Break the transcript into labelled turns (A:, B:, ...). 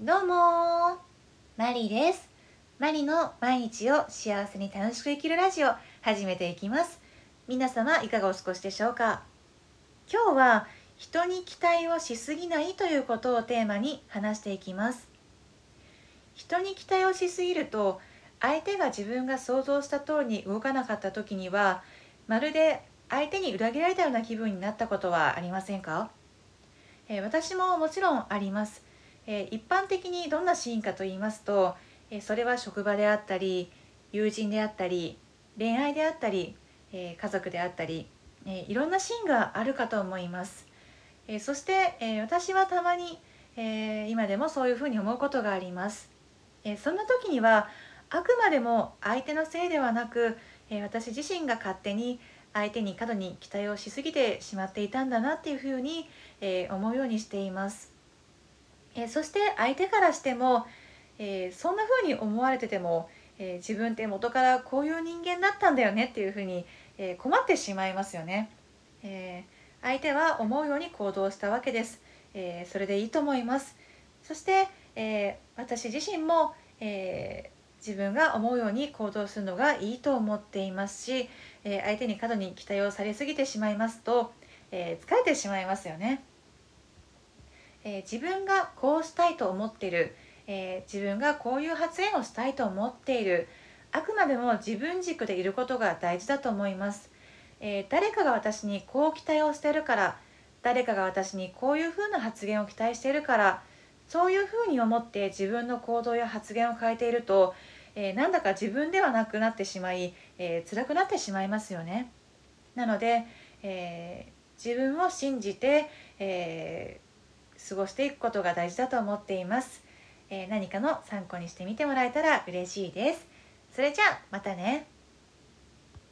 A: どうもマリです。マリの毎日を幸せに楽しく生きるラジオ始めていきます。皆様いかがお過ごしでしょうか。今日は人に期待をしすぎないということをテーマに話していきます。人に期待をしすぎると、相手が自分が想像した通りに動かなかった時には、まるで相手に裏切られたような気分になったことはありませんか？私ももちろんあります。一般的にどんなシーンかと言いますと、それは職場であったり、友人であったり、恋愛であったり、家族であったり、いろんなシーンがあるかと思います。そして、私はたまに、今でもそういうふうに思うことがあります。そんな時にはあくまでも相手のせいではなく、私自身が勝手に相手に過度に期待をしすぎてしまっていたんだなっていうふうに、思うようにしています。そして相手からしても、そんな風に思われてても、自分って元からこういう人間だったんだよねっていう風に、困ってしまいますよね。相手は思うように行動したわけです。それでいいと思います。そして、私自身も、自分が思うように行動するのがいいと思っていますし、相手に過度に期待をされすぎてしまいますと、疲れてしまいますよね。自分がこうしたいと思っている、自分がこういう発言をしたいと思っている、あくまでも自分軸でいることが大事だと思います。誰かが私にこう期待をしているから、誰かが私にこういうふうな発言を期待しているから、そういうふうに思って自分の行動や発言を変えていると、なんだか自分ではなくなってしまい、辛くなってしまいますよね。なので、自分を信じて、過ごしていくことが大事だと思っています。何かの参考にしてみてもらえたら嬉しいです。それじゃあまたね。